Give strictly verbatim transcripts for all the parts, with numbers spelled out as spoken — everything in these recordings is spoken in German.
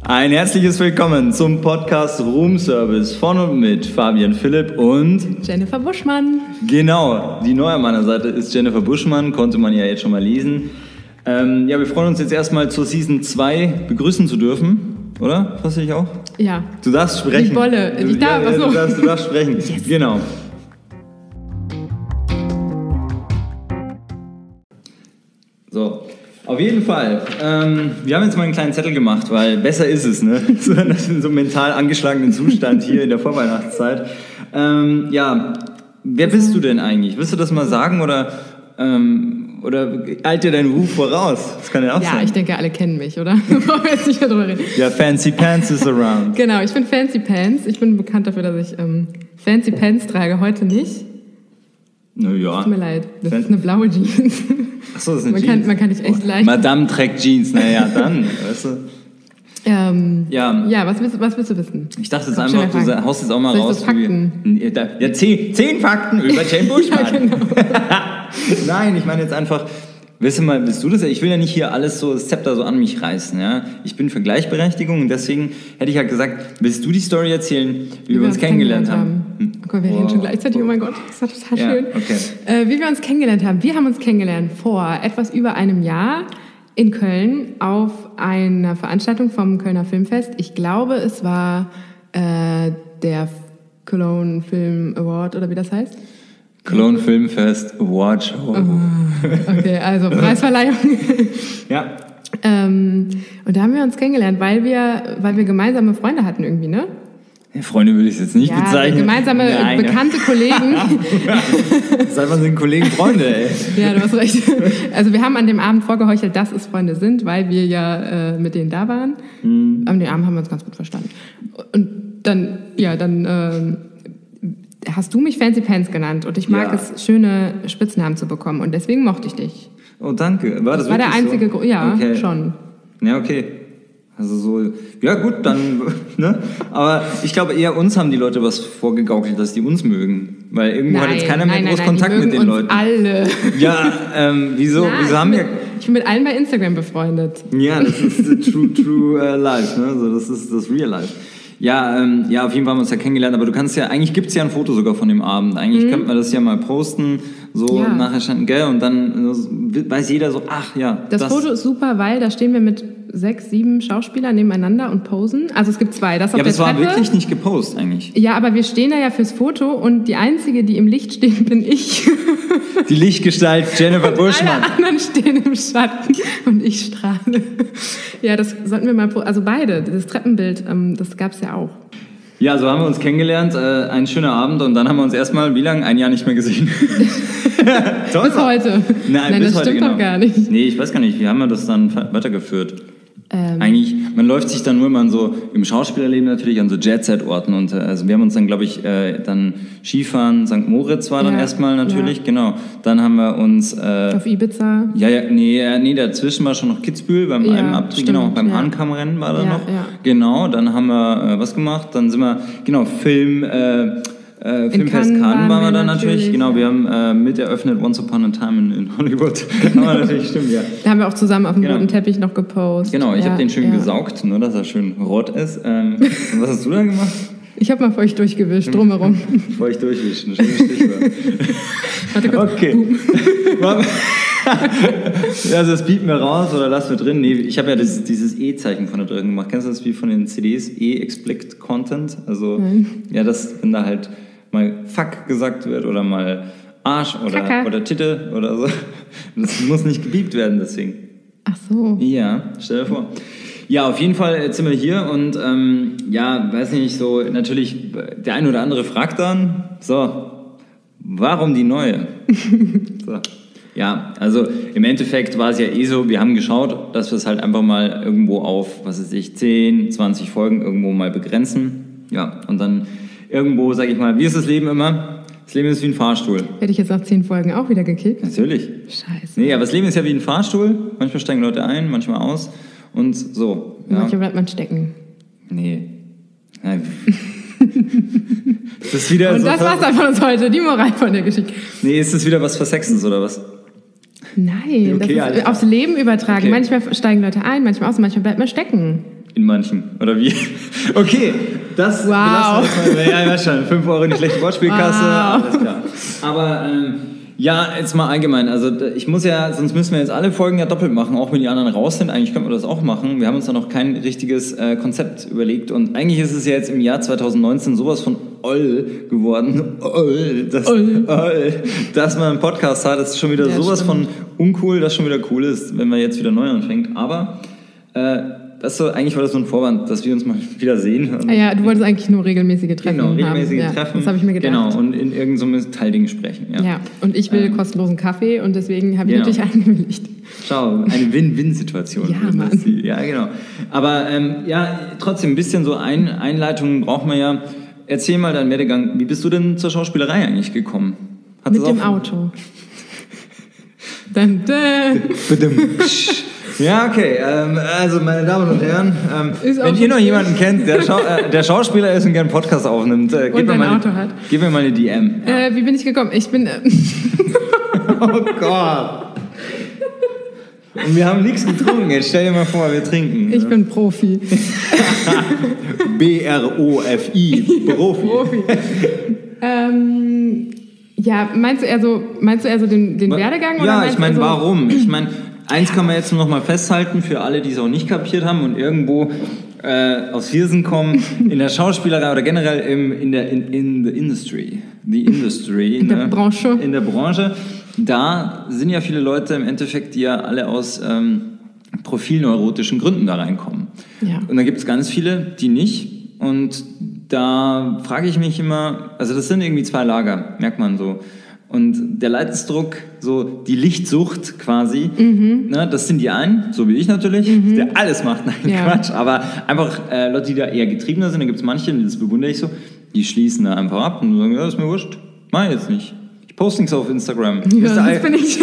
Ein herzliches Willkommen zum Podcast Room Service von und mit Fabian Philipp und Jennifer Buschmann. Genau, die neue an meiner Seite ist Jennifer Buschmann, konnte man ja jetzt schon mal lesen. Ähm, ja, wir freuen uns jetzt erstmal zur Season zwei begrüßen zu dürfen, oder? Freust du dich auch? Ja. Du darfst sprechen. Die Bolle. Ich darf, ja, ja, so. du, darfst, du darfst sprechen. Yes. Genau. So. Auf jeden Fall. Ähm, wir haben jetzt mal einen kleinen Zettel gemacht, weil besser ist es, ne? So in so einem mental angeschlagenen Zustand hier in der Vorweihnachtszeit. Ähm, ja, wer bist du denn eigentlich? Willst du das mal sagen oder, ähm, oder eilt dir dein Ruf voraus? Das kann ja auch ja, sein. Ja, ich denke, alle kennen mich, oder? Brauchen wir jetzt nicht mehr drüber reden. Ja, Fancy Pants is around. Genau, ich bin Fancy Pants. Ich bin bekannt dafür, dass ich ähm, Fancy Pants trage. Heute nicht. Naja. Tut mir leid, das Fan- ist eine blaue Jeans. Achso, das ist eine man Jeans. Kann, man kann dich echt oh, leicht... Madame trägt Jeans, naja, dann, weißt du. Ähm, ja. ja, was willst, was willst du wissen? Ich dachte jetzt einfach, du Fakten. haust jetzt auch mal Soll raus. Ich so Fakten? Wie, ja, zehn, zehn Fakten über Jane Buschmann. Ja, genau. Nein, ich meine jetzt einfach... Weißt du mal, bist du das? Ich will ja nicht hier alles so, das Zepter so an mich reißen, ja. Ich bin für Gleichberechtigung und deswegen hätte ich ja gesagt, willst du die Story erzählen, wie, wie wir, wir uns kennengelernt, kennengelernt haben? haben. Oh Gott, wir wow. reden schon gleichzeitig, oh mein Gott, das war total ja, schön. Okay. Äh, wie wir uns kennengelernt haben. Wir haben uns kennengelernt vor etwas über einem Jahr in Köln auf einer Veranstaltung vom Kölner Filmfest. Ich glaube, es war äh, der Cologne Film Award oder wie das heißt. Cologne Filmfest Award Show. Oh, okay, also Preisverleihung. Ja. Ähm, und da haben wir uns kennengelernt, weil wir, weil wir gemeinsame Freunde hatten irgendwie, ne? Ja, Freunde würde ich es jetzt nicht ja, bezeichnen. Gemeinsame, Nein, bekannte Kollegen. Seit wann sind Kollegen Freunde, ey? Ja, du hast recht. Also wir haben an dem Abend vorgeheuchelt, dass es Freunde sind, weil wir ja äh, mit denen da waren. Mhm. An dem Abend haben wir uns ganz gut verstanden. Und dann, ja, dann... Ähm, hast du mich Fancy Pants genannt und ich mag ja. es, schöne Spitznamen zu bekommen und deswegen mochte ich dich. Oh, danke. War das, das war der einzige so? Grund, ja, okay. schon. Ja, okay. Also so, ja gut, dann, ne? Aber ich glaube eher uns haben die Leute was vorgegaukelt, dass die uns mögen. Weil irgendwo nein, hat jetzt keiner mehr nein, groß nein, Kontakt die mögen mit den uns Leuten. alle. Ja, ähm, wieso, Na, wieso haben wir... wir... Ich bin mit allen bei Instagram befreundet. Ja, das ist the true, true uh, life, ne? So, das ist das real life. Ja, ähm, ja, auf jeden Fall haben wir uns ja kennengelernt, aber du kannst ja, eigentlich gibt es ja ein Foto sogar von dem Abend. Eigentlich mhm. könnte man das ja mal posten, so ja. nachher stand, gell, und dann äh, weiß jeder so, ach ja. Das, das Foto ist super, weil da stehen wir mit sechs, sieben Schauspielern nebeneinander und posen. Also es gibt zwei, das auf ja, aber der es war Treppe. wirklich nicht gepostet eigentlich. Ja, aber wir stehen da ja fürs Foto und die Einzige, die im Licht steht, bin ich. Die Lichtgestalt Jennifer Buschmann. Alle anderen stehen im Schatten und ich strahle. Ja, das sollten wir mal, also beide, das Treppenbild, das gab es ja auch. Ja, so haben wir uns kennengelernt, äh, ein schöner Abend und dann haben wir uns erstmal, wie lange? Ein Jahr nicht mehr gesehen. Bis heute. Nein, Nein bis das heute, stimmt genau. doch gar nicht. Nee, ich weiß gar nicht, wie haben wir das dann weitergeführt? Ähm. Eigentlich, man läuft sich dann nur immer so im Schauspielerleben natürlich an so Jet-Set-Orten und äh, also wir haben uns dann, glaube ich, äh, dann Skifahren, Sankt Moritz war dann ja, erstmal natürlich, ja. genau. Dann haben wir uns... Äh, auf Ibiza? Ja, ja, nee, nee, dazwischen war schon noch Kitzbühel beim ja, Alpenabtrieb, genau, beim ja. Hahnkammrennen war da ja, noch. Ja. Genau, dann haben wir äh, was gemacht, dann sind wir, genau, Film... Äh, Äh, Filmfest Cannes waren, waren wir dann natürlich, natürlich. Genau, wir haben äh, mit eröffnet Once Upon a Time in, in Hollywood. Aber natürlich, stimmt, ja. Da haben wir auch zusammen auf dem genau. roten Teppich noch gepostet. Genau, ich ja, habe den schön ja. gesaugt, nur dass er schön rot ist. Ähm, und was hast du dann gemacht? Ich habe mal feucht durchgewischt, drumherum. Feucht durchwischen, schönes Stichwort. Warte kurz. Okay. Also das bieten wir raus oder lassen wir drin. Nee, ich habe ja das, dieses E-Zeichen von da drin gemacht. Kennst du das wie von den C Ds? E-Explicit Content. Also, Nein. ja, das, wenn da halt mal Fuck gesagt wird oder mal Arsch oder, oder Titte oder so. Das muss nicht gebiebt werden, deswegen. Ach so. Ja, stell dir vor. Ja, auf jeden Fall jetzt sind wir hier und ähm, ja, weiß nicht, so natürlich, der eine oder andere fragt dann, so, warum die neue? So. Ja, also im Endeffekt war es ja eh so, wir haben geschaut, dass wir es halt einfach mal irgendwo auf, was weiß ich, zehn, zwanzig Folgen irgendwo mal begrenzen. Ja, und dann irgendwo, sag ich mal, wie ist das Leben immer? Das Leben ist wie ein Fahrstuhl. Hätte ich jetzt nach zehn Folgen auch wieder gekickt? Natürlich. Scheiße. Nee, aber das Leben ist ja wie ein Fahrstuhl. Manchmal steigen Leute ein, manchmal aus und so. Ja. Manchmal bleibt man stecken. Nee. Nein. Das ist wieder und so das war's dann von uns heute, die Moral von der Geschichte. Nee, ist das wieder was Versexendes oder was? Nein, okay, das ist aufs Leben übertragen. Okay. Manchmal steigen Leute ein, manchmal aus, manchmal bleibt man stecken. In manchen, oder wie? Okay, das wow. belassen wir jetzt mal. Ja, ja, schon. fünf Euro in die schlechte Wortspielkasse, wow. alles klar. Aber ähm, ja, jetzt mal allgemein. Also ich muss ja, sonst müssen wir jetzt alle Folgen ja doppelt machen, auch wenn die anderen raus sind. Eigentlich könnten wir das auch machen. Wir haben uns da noch kein richtiges äh, Konzept überlegt. Und eigentlich ist es ja jetzt im Jahr zwanzig neunzehn sowas von oll geworden, oll, dass, oll. Oll, dass man einen Podcast hat. Das ist schon wieder ja, sowas stimmt. von uncool, das schon wieder cool ist, wenn man jetzt wieder neu anfängt. Aber äh, das so, eigentlich war das so ein Vorwand, dass wir uns mal wieder sehen. Ah ja, du wolltest eigentlich nur regelmäßige Treffen haben. Genau, regelmäßige haben. Treffen. Ja, das habe ich mir gedacht. Genau, und in irgendeinem so Teilding sprechen. Ja. ja, und ich will ähm, kostenlosen Kaffee und deswegen habe ich genau. natürlich eingewilligt. Schau, eine Win-Win-Situation. Ja, Mann. Ja, genau. Aber ähm, ja, trotzdem ein bisschen so ein, Einleitungen braucht man ja. Erzähl mal deinen Werdegang. Wie bist du denn zur Schauspielerei eigentlich gekommen? Hat Mit dem Auto. dun, dun. Ja, okay. Ähm, also, meine Damen und Herren, ähm, wenn ihr noch jemanden kennt, der, Schau- äh, der Schauspieler ist und gerne einen Podcast aufnimmt, äh, und ein mal Auto eine, hat. Gib mir mal eine D M. Ja. Äh, wie bin ich gekommen? Ich bin... Äh oh Gott. Und wir haben nichts getrunken. Jetzt stell dir mal vor, wir trinken. Ich bin Profi. B R O F I. Profi. Profi. ähm, ja, meinst du eher so, meinst du eher so den, den Werdegang? Ja, oder ich meine, so warum? Ich meine, eins kann man jetzt nur noch mal festhalten, für alle, die es auch nicht kapiert haben und irgendwo äh, aus Viersen kommen, in der Schauspielerei oder generell im, in der in, in the industry. The industry. In ne? der Branche. In der Branche. Da sind ja viele Leute im Endeffekt, die ja alle aus ähm, profilneurotischen Gründen da reinkommen. Ja. Und da gibt es ganz viele, die nicht. Und da frage ich mich immer, also das sind irgendwie zwei Lager, merkt man so. Und der Leidensdruck, so die Lichtsucht quasi, mhm. ne, das sind die einen, so wie ich natürlich, mhm. der alles macht, nein, ja. Quatsch. Aber einfach äh, Leute, die da eher getriebener sind, da gibt es manche, das bewundere ich so, die schließen da einfach ab und sagen, ja, ist mir wurscht, mach ich jetzt nicht. Post nichts auf Instagram. Ja, das bin ich.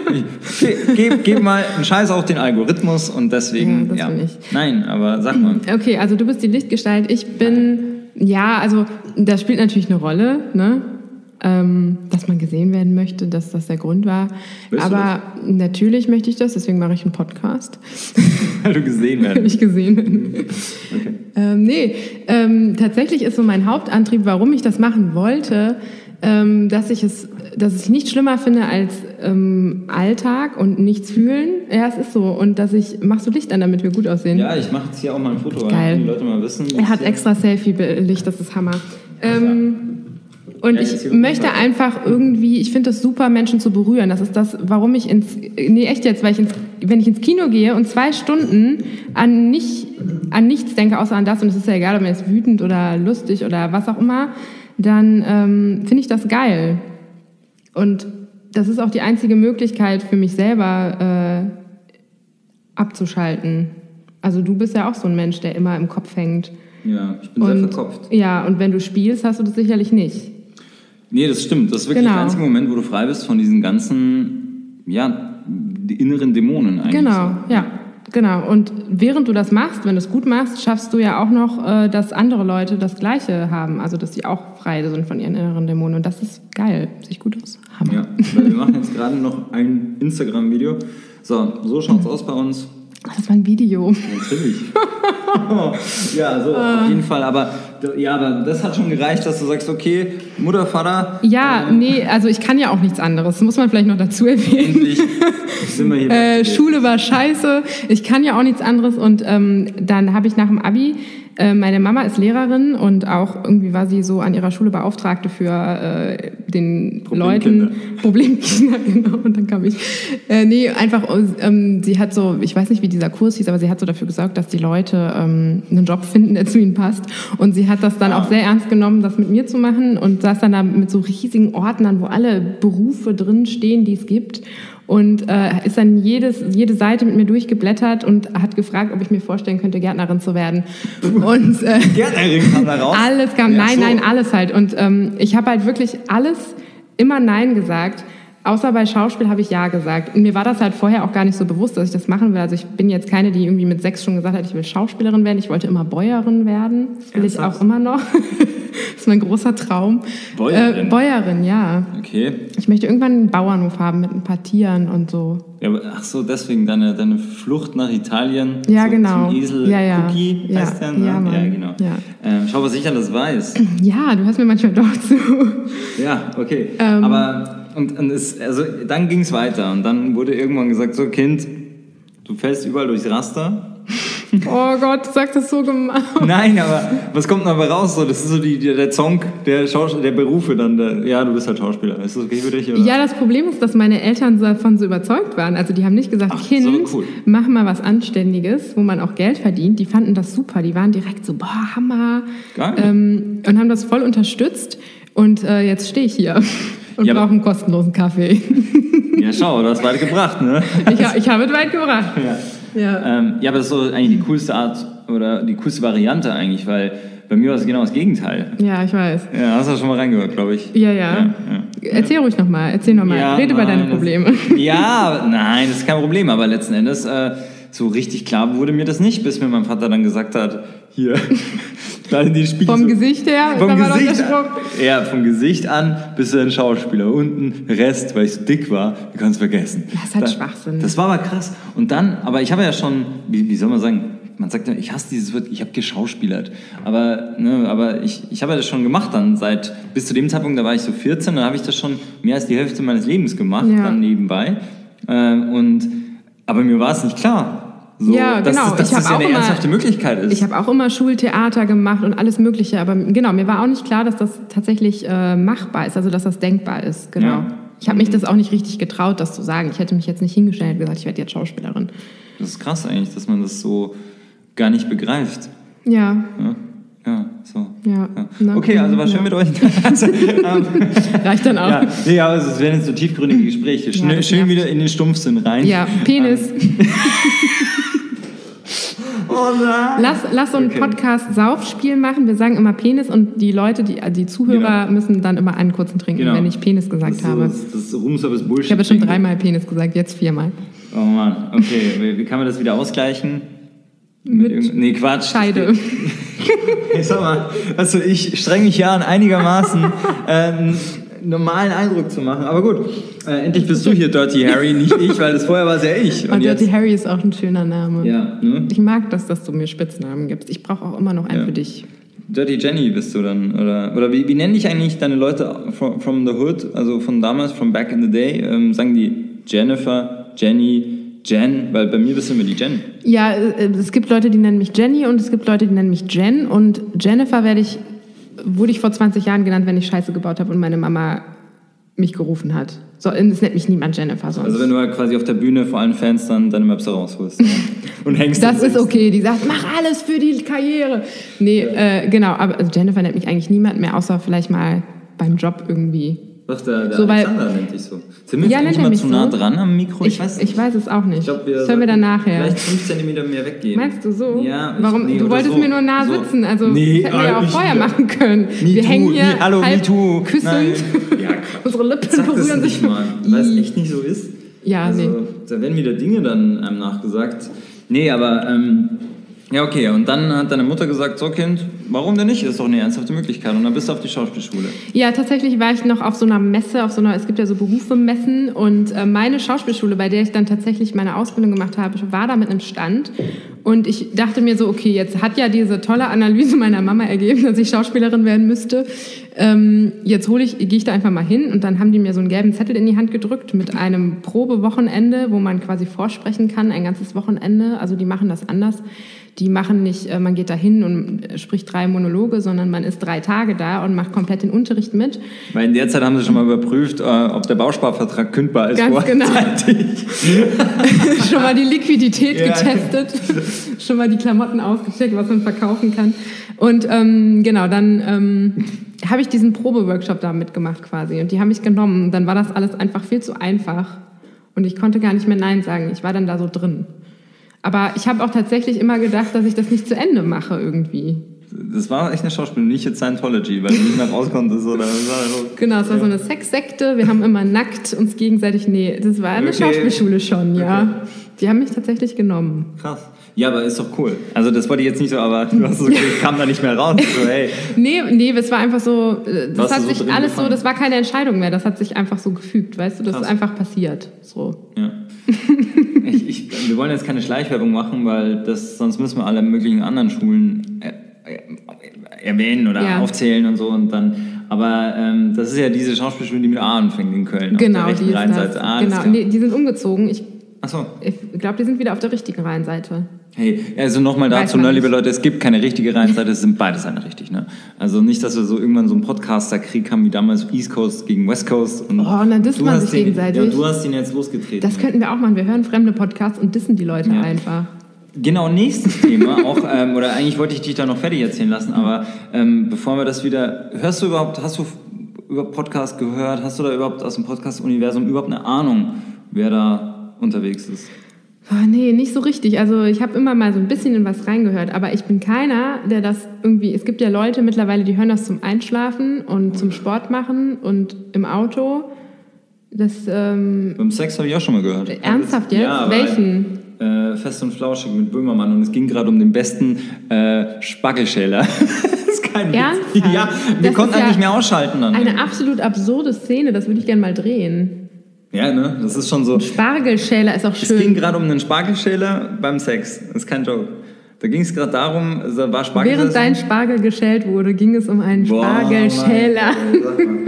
Gib, gib mal einen Scheiß auf den Algorithmus und deswegen, ja, das ja. bin ich. Nein, aber sag mal. Okay, also du bist die Lichtgestalt. Ich bin, ja, also das spielt natürlich eine Rolle, ne? Ähm, dass man gesehen werden möchte, dass das der Grund war. Willst aber natürlich möchte ich das, deswegen mache ich einen Podcast. Weil du gesehen werden. Weil ich gesehen werde. Okay. Ähm, nee, ähm, tatsächlich ist so mein Hauptantrieb, warum ich das machen wollte, ähm, dass ich es, dass ich nicht schlimmer finde als ähm, Alltag und nichts fühlen. Ja, es ist so. Und dass ich, machst du Licht an, damit wir gut aussehen? Ja, ich mache jetzt hier auch mal ein Foto, Geil. damit die Leute mal wissen. Er hat extra Selfie-Licht, das ist Hammer. Ähm, Und ja, ich möchte einfach irgendwie, ich finde das super, Menschen zu berühren. Das ist das, warum ich ins, nee, echt jetzt, weil ich ins, wenn ich ins Kino gehe und zwei Stunden an nicht, an nichts denke, außer an das, und es ist ja egal, ob man jetzt wütend oder lustig oder was auch immer, dann ähm, finde ich das geil. Und das ist auch die einzige Möglichkeit für mich selber äh, abzuschalten. Also du bist ja auch so ein Mensch, der immer im Kopf hängt. Ja, ich bin und, sehr verkopft. Ja, und wenn du spielst, hast du das sicherlich nicht. Nee, das stimmt. Das ist wirklich genau. der einzige Moment, wo du frei bist von diesen ganzen, ja, die inneren Dämonen eigentlich. Genau, so. ja, genau. Und während du das machst, wenn du es gut machst, schaffst du ja auch noch, äh, dass andere Leute das Gleiche haben. Also, dass sie auch frei sind von ihren inneren Dämonen. Und das ist geil. Sieht gut aus. Hammer. Ja, weil wir machen jetzt gerade noch ein Instagram-Video. So, so schaut's aus bei uns. Ach, das war ein Video. Natürlich. Ja, so auf jeden Fall. Aber, ja, aber das hat schon gereicht, dass du sagst, okay, Mutter, Vater. Ja, ähm, nee, also ich kann ja auch nichts anderes. Das muss man vielleicht noch dazu erwähnen. Endlich sind wir hier. äh, Schule war scheiße. Ich kann ja auch nichts anderes. Und ähm, dann habe ich nach dem Abi, äh, meine Mama ist Lehrerin und auch irgendwie war sie so an ihrer Schule Beauftragte für äh, den Leuten. Problemkinder, genau. Und dann kam ich. Äh, nee, einfach, ähm, sie hat so, ich weiß nicht, wie dieser Kurs hieß, aber sie hat so dafür gesorgt, dass die Leute ähm, einen Job finden, der zu ihnen passt. Und sie hat das dann auch sehr ernst genommen, das mit mir zu machen und saß dann da mit so riesigen Ordnern, wo alle Berufe drin stehen, die es gibt. Und äh, ist dann jedes, jede Seite mit mir durchgeblättert und hat gefragt, ob ich mir vorstellen könnte, Gärtnerin zu werden. Und äh, Gärtnerin kam da raus? Alles kam, ja, nein, so. nein, alles halt. Und ähm, ich habe halt wirklich alles immer Nein gesagt, Außer bei Schauspiel habe ich ja gesagt. Und mir war das halt vorher auch gar nicht so bewusst, dass ich das machen will. Also ich bin jetzt keine, die irgendwie mit sechs schon gesagt hat, ich will Schauspielerin werden. Ich wollte immer Bäuerin werden. Das will Ernsthaft? Ich auch immer noch. Das ist mein großer Traum. Bäuerin? Äh, Bäuerin, ja. Okay. Ich möchte irgendwann einen Bauernhof haben mit ein paar Tieren und so. Ja, aber, ach so, deswegen deine, deine Flucht nach Italien. Ja, so genau. Zum Esel ja, ja. Cookie ja. heißt der, ne? Ja, Mann. Ja, genau. Ja. Ähm, schau, was ich alles weiß. Ja, du hörst mir manchmal doch zu. Ja, okay. Ähm, aber und, und es, also, dann ging es weiter und dann wurde irgendwann gesagt, so Kind, du fällst überall durchs Raster. Oh Gott, du sagst das so gemein. Nein, aber was kommt noch dabei raus? So, das ist so die, die, der Zonk der, Schaus- der Berufe dann. Der, ja, du bist halt Schauspieler. Ist das okay für dich? Oder? Ja, das Problem ist, dass meine Eltern davon so überzeugt waren. Also die haben nicht gesagt, Ach, Kind, so cool. mach mal was Anständiges, wo man auch Geld verdient. Die fanden das super. Die waren direkt so, boah, Hammer. Geil. Ähm, und haben das voll unterstützt. Und äh, jetzt stehe ich hier und Ja, brauche einen kostenlosen Kaffee. Ja, schau, du hast weit gebracht, ne? ich, ha- ich habe es weit gebracht. Ja. Ja. Ähm, ja, aber das ist so eigentlich die coolste Art oder die coolste Variante eigentlich, weil bei mir war es genau das Gegenteil. Ja, ich weiß. Ja, hast du schon mal reingehört, glaube ich. Ja, ja. ja, ja. Erzähl ruhig nochmal. Erzähl nochmal. Ja, Rede über nein, deine Probleme. Das, ja, nein, das ist kein Problem, aber letzten Endes äh, so richtig klar wurde mir das nicht, bis mir mein Vater dann gesagt hat, hier, da in die Spiegel. Vom so, Gesicht her? Vom da war Gesicht doch der an, Spruch. ja, vom Gesicht an bist du ein Schauspieler. Unten, Rest, weil ich so dick war, du kannst vergessen. Das ist halt da, Schwachsinn. Das war aber krass. Und dann, aber ich habe ja schon, wie, wie soll man sagen, man sagt ja, ich hasse dieses Wort, ich habe geschauspielert. Aber, ne, aber ich, ich habe ja das schon gemacht dann seit, bis zu dem Zeitpunkt, da war ich so vierzehn, dann habe ich das schon mehr als die Hälfte meines Lebens gemacht, Ja. dann nebenbei. Äh, und, aber mir war es nicht klar. So, Ja, dass, genau. dass Ich das hab ja auch eine immer- ernsthafte Möglichkeit ist. Ich habe auch immer Schultheater gemacht und alles Mögliche, aber genau, mir war auch nicht klar, dass das tatsächlich äh, machbar ist, also dass das denkbar ist, genau. Ja. Ich habe mich das auch nicht richtig getraut, das zu sagen. Ich hätte mich jetzt nicht hingestellt und gesagt, ich werde jetzt Schauspielerin. Das ist krass eigentlich, dass man das so gar nicht begreift. Ja, Ja, ja so. ja. Ja. Na, Okay, also war schön ja. mit euch. Also, ähm, Reicht dann auch. ja, nee, aber es werden jetzt so tiefgründige Gespräche. Schön, das schön nervt. wieder in den Stumpfsinn rein. Ja, Penis. Oh nein. Lass, lass so ein Okay. Podcast-Saufspiel machen. Wir sagen immer Penis und die Leute, die, die Zuhörer Genau. müssen dann immer einen kurzen trinken, Genau. wenn ich Penis gesagt das ist so, habe. Das, das ist Roomservice Bullshit. Ich habe schon dreimal Penis gesagt, jetzt viermal. Oh Mann, okay. Wie, wie kann man das wieder ausgleichen? Mit irgend- nee, Quatsch. Scheide. Ich sag mal, also ich streng mich ja an, einigermaßen äh, einen normalen Eindruck zu machen. Aber gut, äh, endlich bist du hier Dirty Harry, nicht ich, weil das vorher war es ja ich. Und jetzt, Dirty Harry ist auch ein schöner Name. ja, ne? Ich mag das, dass du mir Spitznamen gibst. Ich brauche auch immer noch einen Ja. für dich. Dirty Jenny bist du dann, oder, oder wie, wie nennen dich eigentlich deine Leute from, from the hood, also von damals, from back in the day? Ähm, sagen die Jennifer, Jenny, Jen? Weil bei mir bist du immer die Jen. Ja, äh, es gibt Leute, die nennen mich Jenny und es gibt Leute, die nennen mich Jen. Und Jennifer werde ich, wurde ich vor zwanzig Jahren genannt, wenn ich Scheiße gebaut habe und meine Mama mich gerufen hat. So, es nennt mich niemand Jennifer sonst. Also wenn du halt quasi auf der Bühne vor allen Fans dann deine Möpse rausholst und hängst. Das und ist singst. okay. Die sagt, mach alles für die Karriere. Nee, äh, genau. Aber also Jennifer nennt mich eigentlich niemand mehr, außer vielleicht mal beim Job irgendwie. Doch, der, der So, weil- Alexander nennt dich so. Sind wir Ja, jetzt nennt eigentlich er mal mich zu nah so? dran am Mikro? Ich, ich weiß es auch nicht. Ich glaub, wir das hören wir dann nachher. Vielleicht fünf Zentimeter mehr weggehen. Meinst du so? Ja. ich- Warum? nee, du oder wolltest so. mir nur nah So. sitzen. Also Nee, das hätten wir ja äh, auch ich- vorher machen können. Me wir too. hängen hier Me- hallo, halb me too. küssend. Nein. Ja, Quatsch. Unsere Lippen Sag das berühren nicht sich. mal, weil es echt nicht so ist. Ja, also, nee. Da werden wieder Dinge dann einem nachgesagt. Nee, aber, ähm, ja, okay. Und dann hat deine Mutter gesagt, so Kind, warum denn nicht? Das ist doch eine ernsthafte Möglichkeit. Und dann bist du auf die Schauspielschule. Ja, tatsächlich war ich noch auf so einer Messe, auf so einer, es gibt ja so Berufe-Messen und äh, meine Schauspielschule, bei der ich dann tatsächlich meine Ausbildung gemacht habe, war da mit einem Stand und ich dachte mir so, okay, jetzt hat ja diese tolle Analyse meiner Mama ergeben, dass ich Schauspielerin werden müsste. Ähm, jetzt hole ich, gehe ich da einfach mal hin und dann haben die mir so einen gelben Zettel in die Hand gedrückt mit einem Probewochenende, wo man quasi vorsprechen kann, ein ganzes Wochenende. Also die machen das anders. Die machen nicht, äh, man geht da hin und spricht drei Monologe, sondern man ist drei Tage da und macht komplett den Unterricht mit. Weil in der Zeit haben sie schon mal überprüft, äh, ob der Bausparvertrag kündbar ist. Ganz genau. Schon mal die Liquidität Ja. getestet, schon mal die Klamotten ausgecheckt, was man verkaufen kann. Und ähm, genau, dann ähm, habe ich diesen Probeworkshop da mitgemacht quasi und die haben mich genommen. Und dann war das alles einfach viel zu einfach und ich konnte gar nicht mehr Nein sagen. Ich war dann da so drin. Aber ich habe auch tatsächlich immer gedacht, dass ich das nicht zu Ende mache irgendwie. Das war echt eine Schauspielerin, nicht jetzt Scientology, weil du nicht mehr raus konntest. Oder so. Genau, es war so eine Sexsekte. Wir haben immer nackt uns gegenseitig... Nee, das war eine Okay. Schauspielschule schon, ja. Okay. Die haben mich tatsächlich genommen. Krass. Ja, aber ist doch cool. Also das wollte ich jetzt nicht so, aber du hast so, ich kam da nicht mehr raus. So, hey. Nee, nee, es war einfach so... Das Warst hat du so sich drin alles gefangen? so... Das war keine Entscheidung mehr. Das hat sich einfach so gefügt, weißt du? Das Krass. ist einfach passiert. So. Ja. ich, ich, wir wollen jetzt keine Schleichwerbung machen, weil das, sonst müssen wir alle möglichen anderen Schulen äh, äh, erwähnen oder Ja. aufzählen und so. Und dann, aber ähm, das ist ja diese Schauspielschule, die mit A anfängt in Köln. Genau, auf der rechten die ist Rheinseite. das. Ah, alles Genau, klar. nee, die sind umgezogen. Ich, Achso. ich glaube, die sind wieder auf der richtigen Rheinseite. Hey, also nochmal Weiß dazu, man ne, liebe nicht. Leute, es gibt keine richtige Rheinseite, es sind beides eine richtig. Ne? Also nicht, dass wir so irgendwann so einen Podcaster-Krieg haben, wie damals East Coast gegen West Coast. Und Oh, und dann disst du man hast sich den, gegenseitig. Ja, du hast ihn jetzt losgetreten. Das könnten wir auch machen. Wir hören fremde Podcasts und dissen die Leute Ja. einfach. Genau, nächstes Thema, auch, ähm, oder eigentlich wollte ich dich da noch fertig erzählen lassen, aber ähm, bevor wir das wieder, hörst du überhaupt, hast du über Podcast gehört, hast du da überhaupt aus dem Podcast-Universum überhaupt eine Ahnung, wer da unterwegs ist? Oh, nee, nicht so richtig. Also ich habe immer mal so ein bisschen in was reingehört, aber ich bin keiner, der das irgendwie... Es gibt ja Leute mittlerweile, die hören das zum Einschlafen und zum Sport machen und im Auto. Das, ähm, Beim Sex habe ich auch schon mal gehört. ernsthaft jetzt? Ja, aber Welchen? Äh, Fest und Flauschig mit Böhmermann und es ging gerade um den besten äh, Spackelschäler. Das ist kein Witz. Ernsthaft? Ja, wir Das konnten ist ja eigentlich mehr ausschalten dann. Eine absolut absurde Szene, das würde ich gerne mal drehen. Ja, ne? Das ist schon so. Spargelschäler ist auch Es ging schön. gerade um einen Spargelschäler beim Sex. Das ist kein Joke. Da ging es gerade darum, da war Spargel. Während dein Spargel geschält wurde, ging es um einen Boah, Spargelschäler. Mann, sag mal.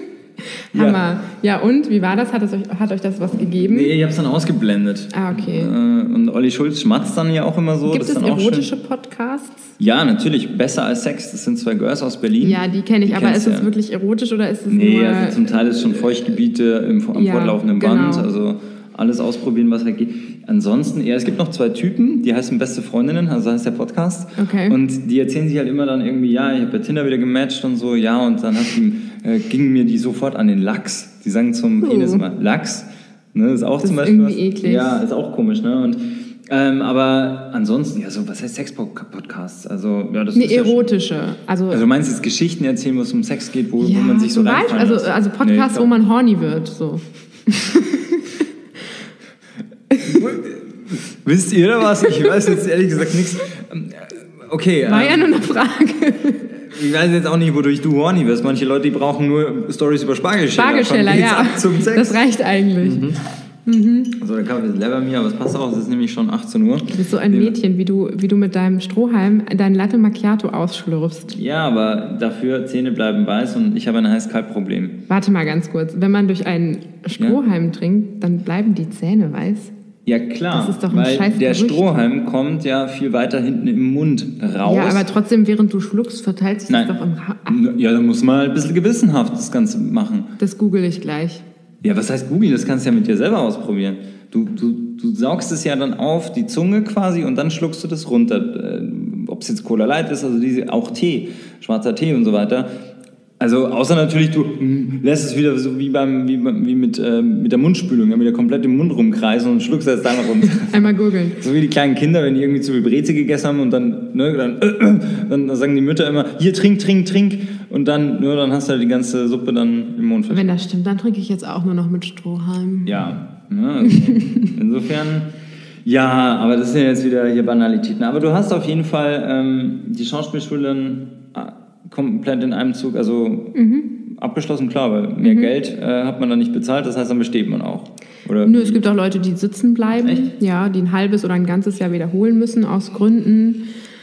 Ja. Hammer. Ja, und? Wie war das? Hat, es euch, hat euch das was gegeben? Nee, ich hab's dann ausgeblendet. Ah, okay. Äh, Und Olli Schulz schmatzt dann ja auch immer so. Gibt das es ist dann auch erotische schön. Podcasts? Ja, natürlich. Besser als Sex. Das sind zwei Girls aus Berlin. Ja, die kenne ich. Die Aber kennst ist es du ja. wirklich erotisch oder ist es Nee, nur... also zum Teil ist schon Feuchtgebiete im, am Ja, fortlaufenden genau. Band. Also alles ausprobieren, was halt geht. Ansonsten, ja, es gibt noch zwei Typen, die heißen Beste Freundinnen, also heißt der Podcast. Okay. Und die erzählen sich halt immer dann irgendwie, ja, ich habe bei Tinder wieder gematcht und so, ja, und dann hat die, äh, ging mir die sofort an den Lachs. Die sagen zum Uh. Penis immer Lachs. Ne, ist auch Das zum ist Beispiel irgendwie was, eklig. Ja, ist auch komisch, ne? Und, ähm, aber ansonsten, ja, so, was heißt Sex-Podcasts? Also, ja, das Eine ist ja schon- erotische. Also, Also du meinst jetzt Geschichten erzählen, wo es um Sex geht, wo, ja, wo man sich so zum Beispiel, reinfallen also, lässt? also Nee, Podcasts, ich wo glaub- man horny wird. So. Wisst ihr da was? Ich weiß jetzt ehrlich gesagt nichts. Ähm, Okay, War ja ähm, nur eine Frage. ich weiß jetzt auch nicht, wodurch du horny wirst. Manche Leute, die brauchen nur Stories über Spargelschäler. Spargelschäler, Schon geht's ja. ab zum Sex. Das reicht eigentlich. So, der Kaffee ist lecker mir, aber es passt auch, es ist nämlich schon achtzehn Uhr. Du bist so ein Mädchen, wie du, wie du mit deinem Strohhalm dein Latte Macchiato ausschlürfst. Ja, aber dafür Zähne bleiben weiß und ich habe ein Heiß-Kalt-Problem. Warte mal ganz kurz. Wenn man durch einen Strohhalm trinkt, dann bleiben die Zähne weiß. Ja klar, Das ist doch ein weil scheiß der Gerücht. Strohhalm kommt ja viel weiter hinten im Mund raus. Ja, aber trotzdem, während du schluckst, verteilt sich Nein. das doch im Ra Ach, Ja, da muss man halt ein bisschen gewissenhaft das Ganze machen. das google ich gleich. Ja, was heißt Google? Das kannst du ja mit dir selber ausprobieren. Du, du, du saugst es ja dann auf die Zunge quasi und dann schluckst du das runter. Äh, Ob es jetzt Cola Light ist, also diese, auch Tee, schwarzer Tee und so weiter. Also außer natürlich, du mm, lässt es wieder so wie, beim, wie, beim- wie mit, äh, mit der Mundspülung, ja, wieder komplett im Mund rumkreisen und schluckst das dann runter. Einmal googeln. So wie die kleinen Kinder, wenn die irgendwie zu viel Breze gegessen haben und dann, ne, dann, äh, dann sagen die Mütter immer, hier, trink, trink, trink. Und dann, ne, dann hast du halt die ganze Suppe dann im Mund. Wenn das stimmt, dann trinke ich jetzt auch nur noch mit Strohhalm. Ja, ne, also insofern, ja, aber das sind ja jetzt wieder hier Banalitäten. Aber du hast auf jeden Fall ähm, die Schauspielschulen äh, komplett in einem Zug, also abgeschlossen, klar, weil mehr Geld äh, hat man dann nicht bezahlt, das heißt, dann besteht man auch. Oder Nö, es gibt auch Leute, die sitzen bleiben. Echt? Ja, die ein halbes oder ein ganzes Jahr wiederholen müssen aus Gründen.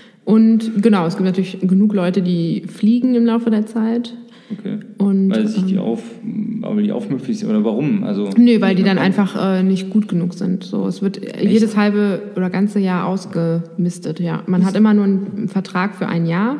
Und genau, es gibt natürlich genug Leute, die fliegen im Laufe der Zeit. Okay. Und, weil sich die ähm, auf, weil die aufmüpfig sind oder warum? Also Nö, weil die dann einfach äh, nicht gut genug sind. So, es wird jedes halbe oder ganze Jahr ausgemistet. Ja, man hat immer nur einen Vertrag für ein Jahr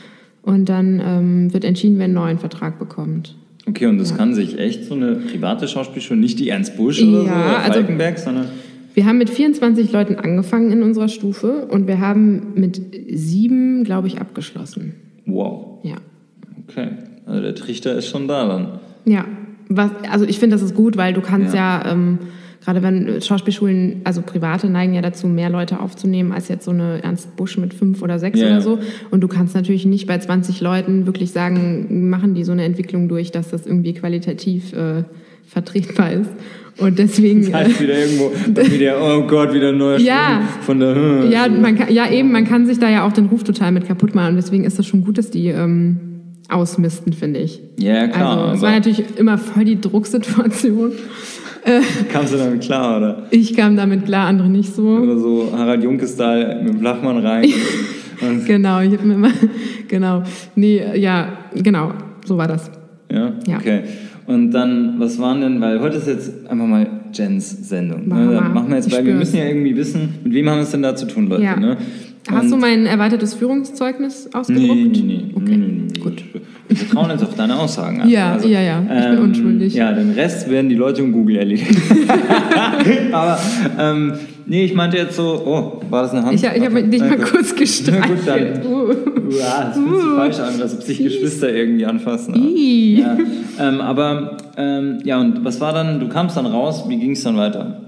und dann ähm, wird entschieden, wer einen neuen Vertrag bekommt. Okay, und das Ja. kann sich echt so eine private Schauspielschule, nicht die Ernst Busch oder so, Ja, oder also- Falkenberg, sondern Wir haben mit vierundzwanzig Leuten angefangen in unserer Stufe und wir haben mit sieben, glaube ich, abgeschlossen. wow, Ja. okay. Also der Trichter ist schon da dann. Ja, was, also ich finde, das ist gut, weil du kannst ja, Ja. ähm, gerade wenn Schauspielschulen, also private, neigen ja dazu, mehr Leute aufzunehmen als jetzt so eine Ernst Busch mit fünf oder sechs Ja. oder so. Und du kannst natürlich nicht bei zwanzig Leuten wirklich sagen, machen die so eine Entwicklung durch, dass das irgendwie qualitativ äh, vertretbar ist. Und deswegen... Das heißt wieder irgendwo, wieder, oh Gott, wieder ein neuer Ja. Sprung von der... Hm, Ja, man kann, ja, eben, man kann sich da ja auch den Ruf total mit kaputt machen. Und deswegen ist es schon gut, dass die ähm, ausmisten, finde ich. Ja, klar. Also, es aber war natürlich immer voll die Drucksituation. kamst du damit klar, oder? Ich kam damit klar, andere nicht so. Oder so Harald Junke-Style mit dem Flachmann rein. Und, Genau, ich habe mir immer, genau, nee, ja, genau, so war das. ja? Ja. Okay. Und dann, was waren denn, weil heute ist jetzt einfach mal Jens Sendung. Machen Ne? Da wir. machen wir jetzt, Ich weil wir spür's. müssen ja irgendwie wissen, mit wem haben wir es denn da zu tun, Leute. Ja. Ne? Hast Und- du mein erweitertes Führungszeugnis Nee, ausgedruckt? nee, nee. Okay, nee, nee, nee. gut. Wir vertrauen jetzt auf deine Aussagen. Also, Ja, ja, ja, ich bin unschuldig. Ja, den Rest werden die Leute in Google erledigen. Aber, ähm, nee, ich meinte jetzt so, oh, war das eine Hand? Ich, ich habe dich Na mal gut. kurz Na gestreichelt. gut, dann. Uh. Uah, das fühlt sich falsch an, als ob sich Geschwister irgendwie anfassen. Aber, Ih. ja, ähm, aber, ähm, ja, und was war dann, du kamst dann raus, wie ging es dann weiter?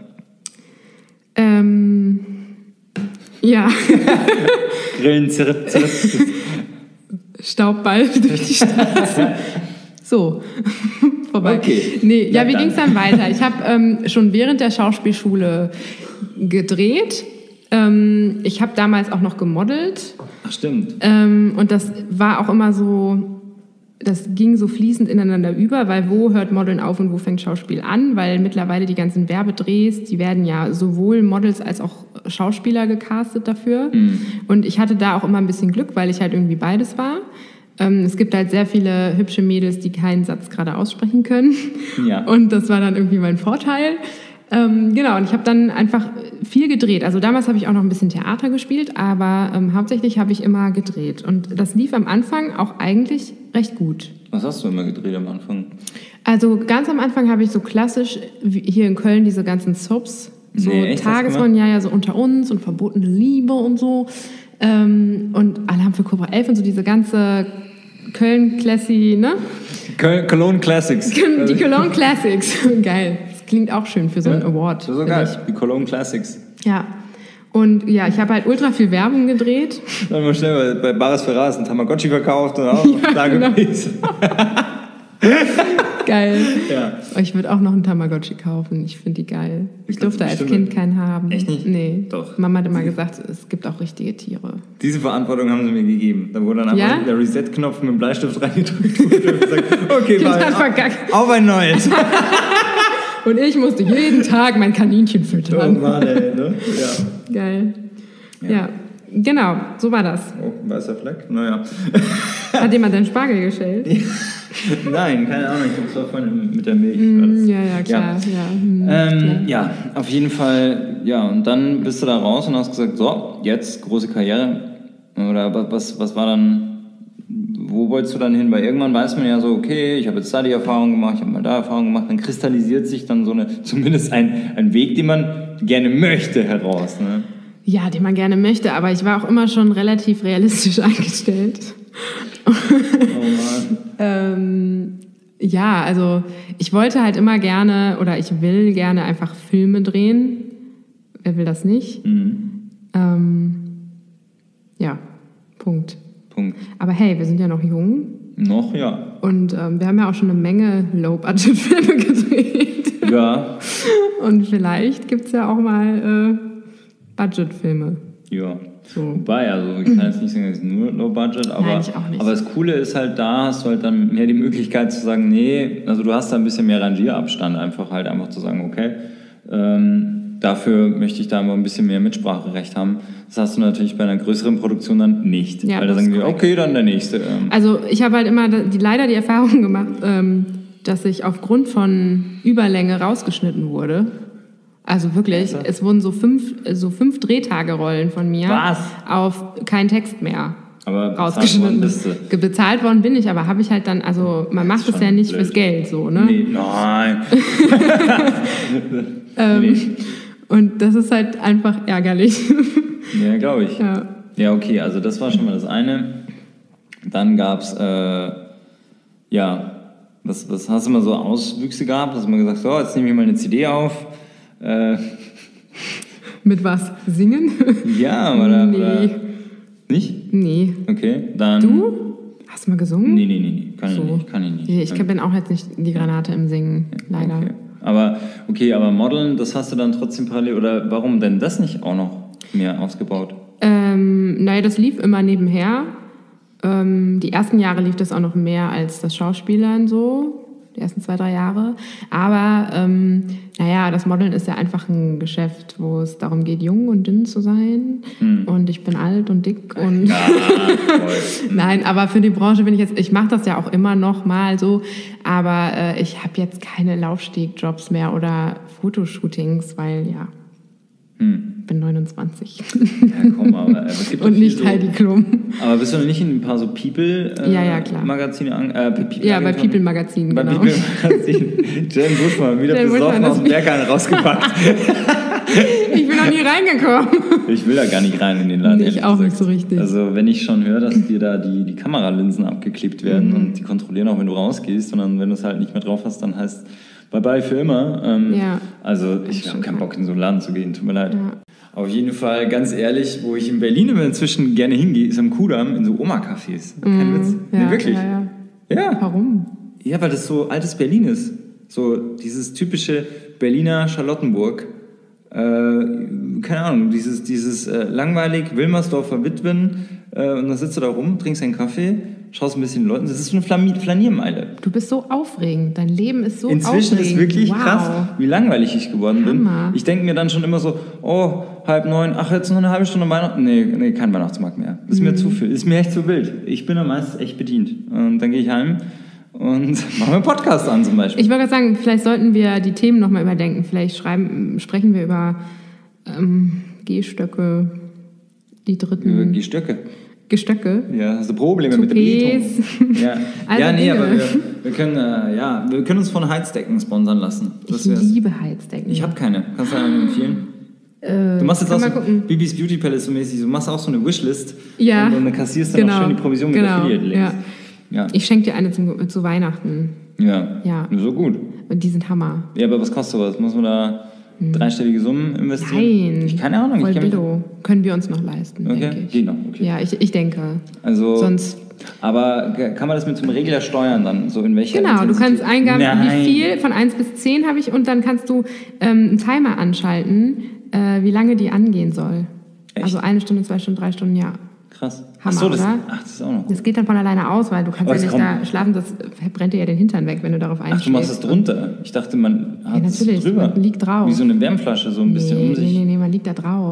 Ähm, ja, Grillen, zirp, zirp. Staubball durch die Straße. So, vorbei. Okay. Nee, ja, Ja, wie dann. ging es dann weiter? Ich habe ähm, schon während der Schauspielschule gedreht. Ähm, ich habe damals auch noch gemodelt. Ach, stimmt. Ähm, und das war auch immer so, das ging so fließend ineinander über, weil wo hört Modeln auf und wo fängt Schauspiel an? Weil mittlerweile die ganzen Werbedrehs, die werden ja sowohl Models als auch Schauspieler gecastet dafür. Mhm. Und ich hatte da auch immer ein bisschen Glück, weil ich halt irgendwie beides war. Ähm, es gibt halt sehr viele hübsche Mädels, die keinen Satz gerade aussprechen können. Ja. Und das war dann irgendwie mein Vorteil. Ähm, genau, und ich habe dann einfach viel gedreht. Also damals habe ich auch noch ein bisschen Theater gespielt, aber ähm, hauptsächlich habe ich immer gedreht. Und das lief am Anfang auch eigentlich recht gut. Was hast du immer gedreht am Anfang? Also ganz am Anfang habe ich so klassisch wie hier in Köln diese ganzen Soaps, so Nee, echt? Hast du Tagesrollen, ja, ja, so unter uns und verbotene Liebe und so. Ähm, und Alarm für Cobra elf und so diese ganze Köln-Classy, ne? Köl- Cologne Classics. Die Cologne Classics. Geil. Das klingt auch schön für so einen Award. Das ist so finde geil. Die Cologne Classics. ich. Ja. Und ja, ich habe halt ultra viel Werbung gedreht. Dann mal schnell bei, bei Bares Ferraz ein Tamagotchi verkauft und auch Ja, da genau. gewesen. Geil. Ja. Oh, ich würde auch noch einen Tamagotchi kaufen. Ich finde die geil. Ich glaub, durfte als bestimmt. Kind keinen haben. Echt nicht? Nee. Doch. Mama hat immer gesagt, es gibt auch richtige Tiere. Diese Verantwortung haben sie mir gegeben. Da wurde dann einfach Ja? der Reset-Knopf mit dem Bleistift reingedrückt und gesagt, okay, Kind bye, hat auf, verkackt. auf ein neues. Und ich musste jeden Tag mein Kaninchen Oh füttern. Mann, ey, ne? Ja. Geil. Ja. Ja. Genau, so war das. Oh, weißer Fleck? Naja. Hat jemand den Spargel geschält? Nein, keine Ahnung. Ich glaube, es war vorhin mit der Milch. war das. Mm, ja, ja, klar. Ja. hm, Ähm, klar. ja, auf jeden Fall, ja, und dann bist du da raus und hast gesagt, so, jetzt große Karriere. Oder wa- was, was war dann, wo wolltest du dann hin? Weil irgendwann weiß man ja so, okay, ich habe jetzt da die Erfahrung gemacht, ich habe mal da Erfahrung gemacht, dann kristallisiert sich dann so eine, zumindest ein, ein Weg, den man gerne möchte, heraus. Ne? Ja, den man gerne möchte, aber ich war auch immer schon relativ realistisch eingestellt. Oh Mann. Ähm, ja, also ich wollte halt immer gerne oder ich will gerne einfach Filme drehen. Wer will das nicht? Mhm. Ähm, ja, Punkt. Punkt. Aber hey, wir sind ja noch jung Noch, ja. und ähm, wir haben ja auch schon eine Menge Low-Budget-Filme gedreht. Ja. Und vielleicht gibt es ja auch mal äh, Budget-Filme. Ja. So. Wobei, also ich kann jetzt nicht sagen, es ist nur Low Budget, aber, Nein, ich auch nicht. aber das Coole ist halt, da hast du halt dann mehr die Möglichkeit zu sagen, nee, also du hast da ein bisschen mehr Rangierabstand, einfach halt einfach zu sagen, okay, ähm, dafür möchte ich da aber ein bisschen mehr Mitspracherecht haben. Das hast du natürlich bei einer größeren Produktion dann nicht. Ja, weil da das sagen ist die, korrekt. okay, dann der nächste. Ähm, Also ich habe halt immer die, leider die Erfahrung gemacht, ähm, dass ich aufgrund von Überlänge rausgeschnitten wurde. Also wirklich, Also? es wurden so fünf, so fünf Drehtagerollen von mir Was? auf kein Text mehr aber bezahlt worden rausgeschnitten. bist du. Ge- Bezahlt worden bin ich, aber habe ich halt dann, also man macht ist es ja schon nicht blöd. fürs Geld so, ne? Nee, nein. Ähm, nee. Und das ist halt einfach ärgerlich. Ja, glaube ich. Ja. Ja, okay, also das war schon mal das eine. Dann gab es, äh, ja, was, was hast du mal so Auswüchse gehabt? Hast du mal gesagt, so, jetzt nehme ich mal eine C D auf. Äh, Mit was? Singen? ja, oder, nee. oder... Nicht? Nee. Okay, dann... Du? Hast du mal gesungen? Nee, nee, nee, nee. Kann so. ich nicht. Kann ich nicht. Ich bin auch jetzt nicht die Granate im Singen, leider. Okay. Aber, okay, aber Modeln, das hast du dann trotzdem parallel... Oder warum denn das nicht auch noch mehr ausgebaut? Ähm, naja, das lief immer nebenher. Ähm, die ersten Jahre lief das auch noch mehr als das Schauspielern so. Die ersten zwei, drei Jahre. Aber, ähm, naja, das Modeln ist ja einfach ein Geschäft, wo es darum geht, jung und dünn zu sein. Hm. Und ich bin alt und dick und... Ja, voll. Nein, aber für die Branche bin ich jetzt... Ich mache das ja auch immer noch mal so. Aber äh, ich habe jetzt keine Laufstegjobs mehr oder Fotoshootings, weil, ja... Hm. Ich bin neunundzwanzig. Ja, komm, aber es gibt doch und viel nicht so, Heidi Klum. Aber bist du noch nicht in ein paar so People-Magazine äh, Ja, ja, klar. Magazine an, äh, People Ja, bei People Magazin, bei genau. People Magazin. Jen Buschmann, wieder Jen besoffen Buschmann, aus dem Berghain rausgepackt. Ich bin noch nie reingekommen. Ich will da gar nicht rein in den Laden. Nee, ich ehrlich auch gesagt. nicht so richtig. Also wenn ich schon höre, dass dir da die, die Kameralinsen abgeklebt werden Mhm. und die kontrollieren auch, wenn du rausgehst, sondern wenn du es halt nicht mehr drauf hast, dann heißt Bye-bye für immer. Ähm, Ja. Also ich Das habe ist keinen schon Bock, in so einen Laden zu gehen, tut mir leid. Ja. Auf jeden Fall, ganz ehrlich, wo ich in Berlin immer inzwischen gerne hingehe, ist am Kudamm in so Oma-Cafés. Kein Witz. Ja, Nee, wirklich. Ja, ja. Ja. Warum? Ja, weil das so altes Berlin ist. So dieses typische Berliner Charlottenburg. Äh, keine Ahnung, dieses, dieses äh, langweilig Wilmersdorfer Witwen. Äh, und dann sitzt du da rum, trinkst einen Kaffee, schaust ein bisschen Leuten. Das ist so eine Flami- Flaniermeile. Du bist so aufregend. Dein Leben ist so Inzwischen aufregend. ist wirklich wow. krass, wie langweilig ich geworden Hammer. bin. Ich denke mir dann schon immer so, oh, halb neun, ach, jetzt noch eine halbe Stunde Weihnachten. Nee, nee, kein Weihnachtsmarkt mehr. Das ist Mhm. mir zu viel, ist mir echt zu wild. Ich bin dann meistens echt bedient. Und dann gehe ich heim und mache mir einen Podcast an zum Beispiel. Ich wollte gerade sagen, vielleicht sollten wir die Themen nochmal überdenken. Vielleicht schreiben, sprechen wir über ähm, Gehstöcke, die dritten... Die Stöcke. Gestöcke. Ja, hast du Probleme mit der Toupets. Beton? Ja, Also ja nee, Dinge. aber wir, wir, können, äh, ja, wir können uns von Heizdecken sponsern lassen. Das Ich wär's. liebe Heizdecken. Ich habe keine. Kannst du eine empfehlen? Äh, Du machst jetzt auch kann so mal gucken. Bibis Beauty Palace so mäßig, du machst auch so eine Wishlist Ja, und dann kassierst dann genau, auch schön die Provision mit genau, Affiliate Links. ja. Ja. Ich schenke dir eine zum, zu Weihnachten. Ja. Ja. So gut. Und die sind Hammer. Ja, aber was kostet sowas? Muss man da dreistellige Summen investieren? Nein. Ich keine Ahnung. Voll ich kenn mich- Billo. Können wir uns noch leisten, Okay, denke ich. geht noch. Okay. Ja, ich, ich denke. Also, Sonst. aber kann man das mit so einem Regler steuern dann? So in welcher Genau, du Intensität? kannst eingaben, Nein. wie viel, von eins bis zehn habe ich, und dann kannst du ähm, einen Timer anschalten, äh, wie lange die angehen soll. Echt? Also eine Stunde, zwei Stunden, drei Stunden, ja. Krass. Hammer, ach so, das, oder? ach, das ist auch noch. Das geht dann von alleine aus, weil du kannst Aber ja es nicht kommt- da schlafen, das verbrennt dir ja den Hintern weg, wenn du darauf einschläfst. Ach, du machst es drunter. Ich dachte, man hat es natürlich, drüber. man liegt drauf. Wie so eine Wärmflasche, so ein bisschen nee, um sich. nee, nee, nee, man liegt da drauf.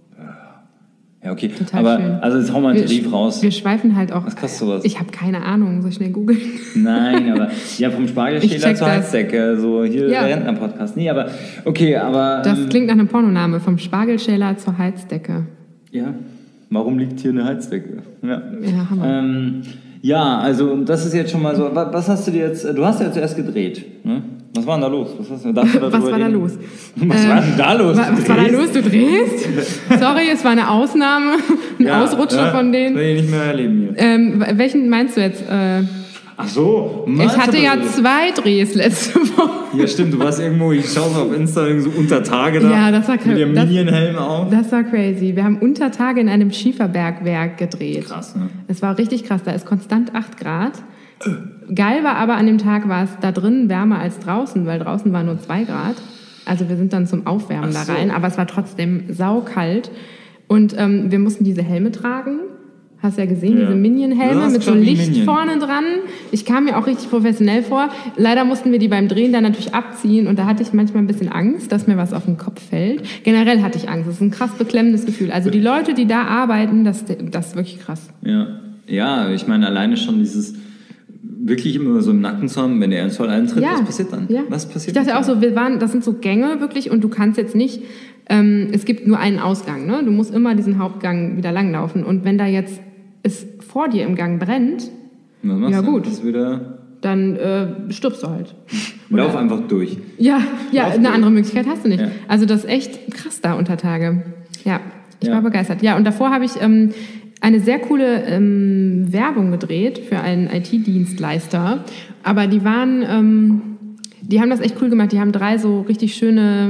Ja, okay. Total aber schön. also jetzt hau mal einen Wir, Tarif raus. wir schweifen halt auch. Was kostet sowas? Ich habe keine Ahnung, soll ich schnell googeln? Nein, aber ja, vom Ich Spargelschäler check zur das. Heizdecke, so hier Ja. der Rentner-Podcast. Nee, aber okay, aber Das ähm, klingt nach einem Pornoname, vom Spargelschäler zur Heizdecke. ja, warum liegt hier eine Heizdecke? Ja. Ja, Hammer. Ähm, ja, also das ist jetzt schon mal so. wa- Was hast du dir jetzt? Du hast ja zuerst gedreht. Ne? Was war denn da los? Was, hast du, darfst du Was darüber war da reden? los? Was Äh, war denn da los? Wa- Du Was war da drehst? los? Du drehst? Sorry, es war eine Ausnahme, ein Ja, Ausrutscher ja, von denen. Will ich nicht mehr erleben hier. Ähm, welchen meinst du jetzt? Äh, Ach so. ich hatte ja Mann, zwei Drehs letzte Woche. Ja, stimmt, du warst irgendwo, ich schaue so auf Insta, irgendwie so unter Tage da. Ja, das war Mit dem das- Minion-Helm auf. Das war crazy. Wir haben unter Tage in einem Schieferbergwerk gedreht. Krass, ne? Es war richtig krass. Da ist konstant acht Grad. Geil war aber, an dem Tag war es da drin wärmer als draußen, weil draußen war nur zwei Grad. Also wir sind dann zum Aufwärmen Ach da so. rein, aber es war trotzdem saukalt. Und ähm, wir mussten diese Helme tragen. Hast ja gesehen, Ja. diese Du Minion-Helme hast mit so schon wie Licht Minion. vorne dran. Ich kam mir auch richtig professionell vor. Leider mussten wir die beim Drehen dann natürlich abziehen und da hatte ich manchmal ein bisschen Angst, dass mir was auf den Kopf fällt. Generell hatte ich Angst. Das ist ein krass beklemmendes Gefühl. Also die Leute, die da arbeiten, das, das ist wirklich krass. Ja. Ja, ich meine, alleine schon dieses wirklich immer so im Nacken zu haben, wenn der Ernstfall eintritt, was passiert dann? Ja. Was passiert Ich dachte dann? auch so, wir waren, das sind so Gänge wirklich und du kannst jetzt nicht, ähm, es gibt nur einen Ausgang, ne? Du musst immer diesen Hauptgang wieder langlaufen und wenn da jetzt es vor dir im Gang brennt, Was machst Ja, du? gut. Das ist wieder, dann äh, stirbst du halt. lauf einfach durch. Ja, ja, Lauf eine durch. andere Möglichkeit hast du nicht. Ja. Also das ist echt krass da unter Tage. Ja, ich Ja. war begeistert. Ja, und davor habe ich ähm, eine sehr coole ähm, Werbung gedreht für einen I T-Dienstleister. Aber die waren, ähm, die haben das echt cool gemacht. Die haben drei so richtig schöne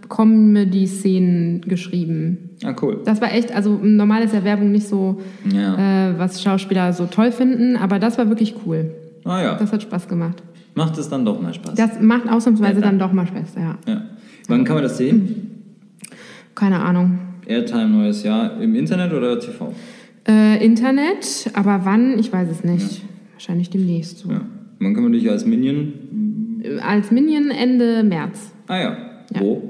Comedy-Szenen geschrieben. Ah, cool. Das war echt, also normal ist ja Werbung nicht so, Ja. äh, was Schauspieler so toll finden, aber das war wirklich cool. Ah ja. Das hat Spaß gemacht. Macht es dann doch mal Spaß. Das macht ausnahmsweise Ja, dann doch mal Spaß, ja. ja. Wann kann man das sehen? Keine Ahnung. Airtime neues Jahr im Internet oder T V? Äh, Internet, aber wann? Ich weiß es nicht. Wahrscheinlich demnächst so. Ja. Wann kann man dich als Minion? Äh, Als Minion Ende März. Ah ja. Ja. Wo?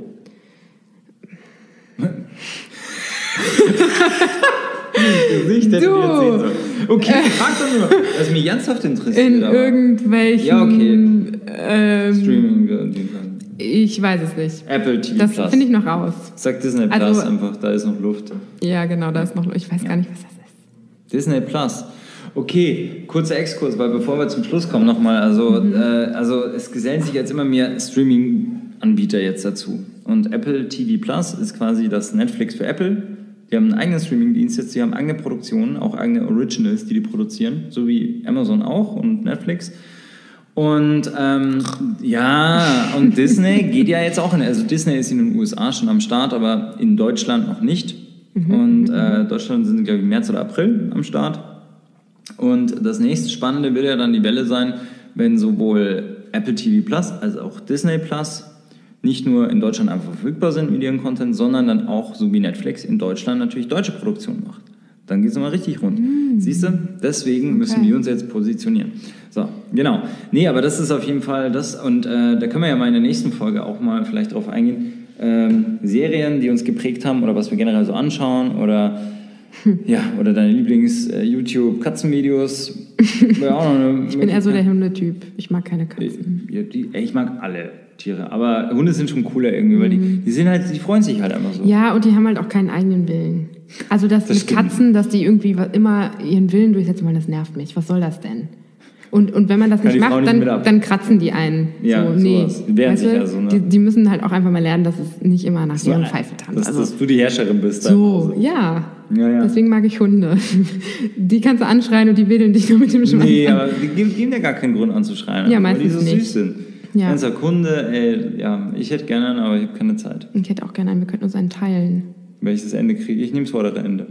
Gesicht hätte Du. ich jetzt sehen sollen. Okay, frag doch nur. Was mich ernsthaft interessiert. In aber- irgendwelchen... Ja, okay. Ähm, Streaming. äh, die- ich weiß es nicht. Apple T V Das Plus. finde ich noch raus. Sag Disney Also- Plus einfach, da ist noch Luft. Ja, genau, da ist noch... Ich weiß gar nicht, was das ist. Disney Plus. Okay, kurzer Exkurs, weil bevor wir zum Schluss kommen nochmal, also, Mhm. äh, also es gesellen sich jetzt immer mehr Streaming-Anbieter jetzt dazu. Und Apple T V Plus ist quasi das Netflix für Apple. Die haben einen eigenen Streaming-Dienst jetzt, die haben eigene Produktionen, auch eigene Originals, die die produzieren, so wie Amazon auch und Netflix. Und ähm, ja, und Disney geht ja jetzt auch in, also Disney ist in den U S A schon am Start, aber in Deutschland noch nicht. Und äh, Deutschland sind, glaube ich, März oder April am Start. Und das nächste Spannende wird ja dann die Welle sein, wenn sowohl Apple T V Plus als auch Disney Plus nicht nur in Deutschland einfach verfügbar sind mit ihrem Content, sondern dann auch, so wie Netflix, in Deutschland natürlich deutsche Produktion macht. Dann geht es nochmal richtig rund. Mm. Siehst du? Deswegen okay. müssen wir uns jetzt positionieren. So, genau. Nee, aber das ist auf jeden Fall das. Und äh, da können wir ja mal in der nächsten Folge auch mal vielleicht drauf eingehen. Ähm, Serien, die uns geprägt haben oder was wir generell so anschauen oder... Ja, oder deine Lieblings-YouTube-Katzenvideos. Ich bin eher so der Hundetyp. Ich mag keine Katzen. Ja, die, ich mag alle Tiere, aber Hunde sind schon cooler irgendwie, weil die, die sind halt, die freuen sich halt einfach so. Ja, und die haben halt auch keinen eigenen Willen. Also das, das mit stimmt. Katzen, dass die irgendwie immer ihren Willen durchsetzen wollen, das nervt mich. Was soll das denn? Und, und wenn man das Kann nicht macht, nicht dann, dann kratzen die einen. Ja, so, nee. sowas. Die wehren sich also, ne? die, die müssen halt auch einfach mal lernen, dass es nicht immer nach so, ihren Pfeifen tanzt. Dass, also, dass du die Herrscherin bist. So, ja. Ja, ja. Deswegen mag ich Hunde. Die kannst du anschreien und die wedeln dich nur mit dem Schwanz. Nee, aber die geben, geben dir gar keinen Grund anzuschreien. Ja, meistens weil die so nicht. süß sind. Ja. Ganzer Kunde, ey, ja, ich hätte gerne einen, aber ich habe keine Zeit. Ich hätte auch gerne einen, wir könnten uns einen teilen. Welches Ende kriege ich? Ich nehme das vordere Ende.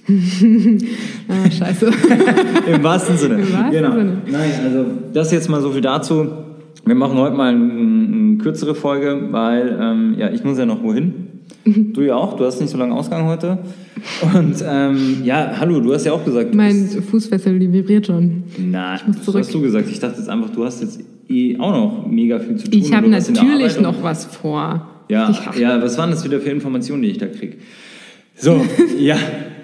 Ah, scheiße. Im wahrsten Sinne. Im wahrsten genau. Sinne. Nein, also das jetzt mal so viel dazu. Wir machen heute mal eine, eine kürzere Folge, weil ähm, ja, ich muss ja noch wohin. Du ja auch, du hast nicht so lange Ausgang heute. Und ähm, ja, hallo, du hast ja auch gesagt... Mein Fußfessel, die vibriert schon. Nein, das hast du gesagt. Ich dachte jetzt einfach, du hast jetzt eh auch noch mega viel zu tun. Ich habe natürlich noch was vor. Ja, ja, was waren das wieder für Informationen, die ich da kriege? So, ja.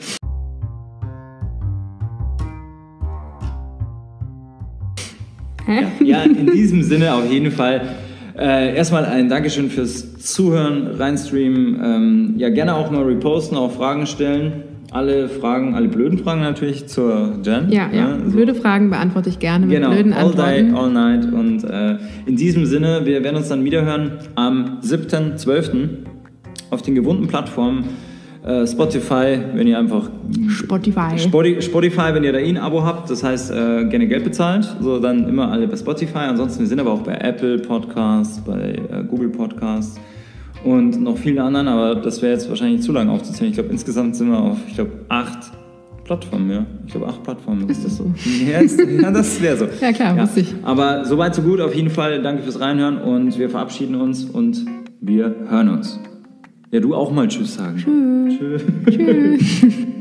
Hä? Ja, ja, in diesem Sinne auf jeden Fall äh, erstmal ein Dankeschön fürs Zuhören, reinstreamen, ähm, ja gerne auch mal reposten, auch Fragen stellen. Alle Fragen, alle blöden Fragen natürlich zur Jen. Ja, ja, ne? So. Blöde Fragen beantworte ich gerne mit genau, blöden all Antworten. Day, all night. Und äh, in diesem Sinne, wir werden uns dann wiederhören am siebten zwölften auf den gewohnten Plattformen. Äh, Spotify, wenn ihr einfach... Spotify. Spotify, Spotify, wenn ihr da eh ein Abo habt, das heißt, äh, gerne Geld bezahlt, so dann immer alle bei Spotify. Ansonsten, wir sind aber auch bei Apple Podcasts, bei äh, Google Podcasts und noch viele anderen, aber das wäre jetzt wahrscheinlich zu lang aufzuzählen. Ich glaube, insgesamt sind wir auf, ich glaube, acht Plattformen, ja. Ich glaube, acht Plattformen. Ist das so? Ja, ist, ja das wäre so. Ja, klar, ja. wusste ich. Aber soweit, so gut. Auf jeden Fall danke fürs Reinhören und wir verabschieden uns und wir hören uns. Ja, du auch mal Tschüss sagen. Tschüss. Tschüss. Tschüss.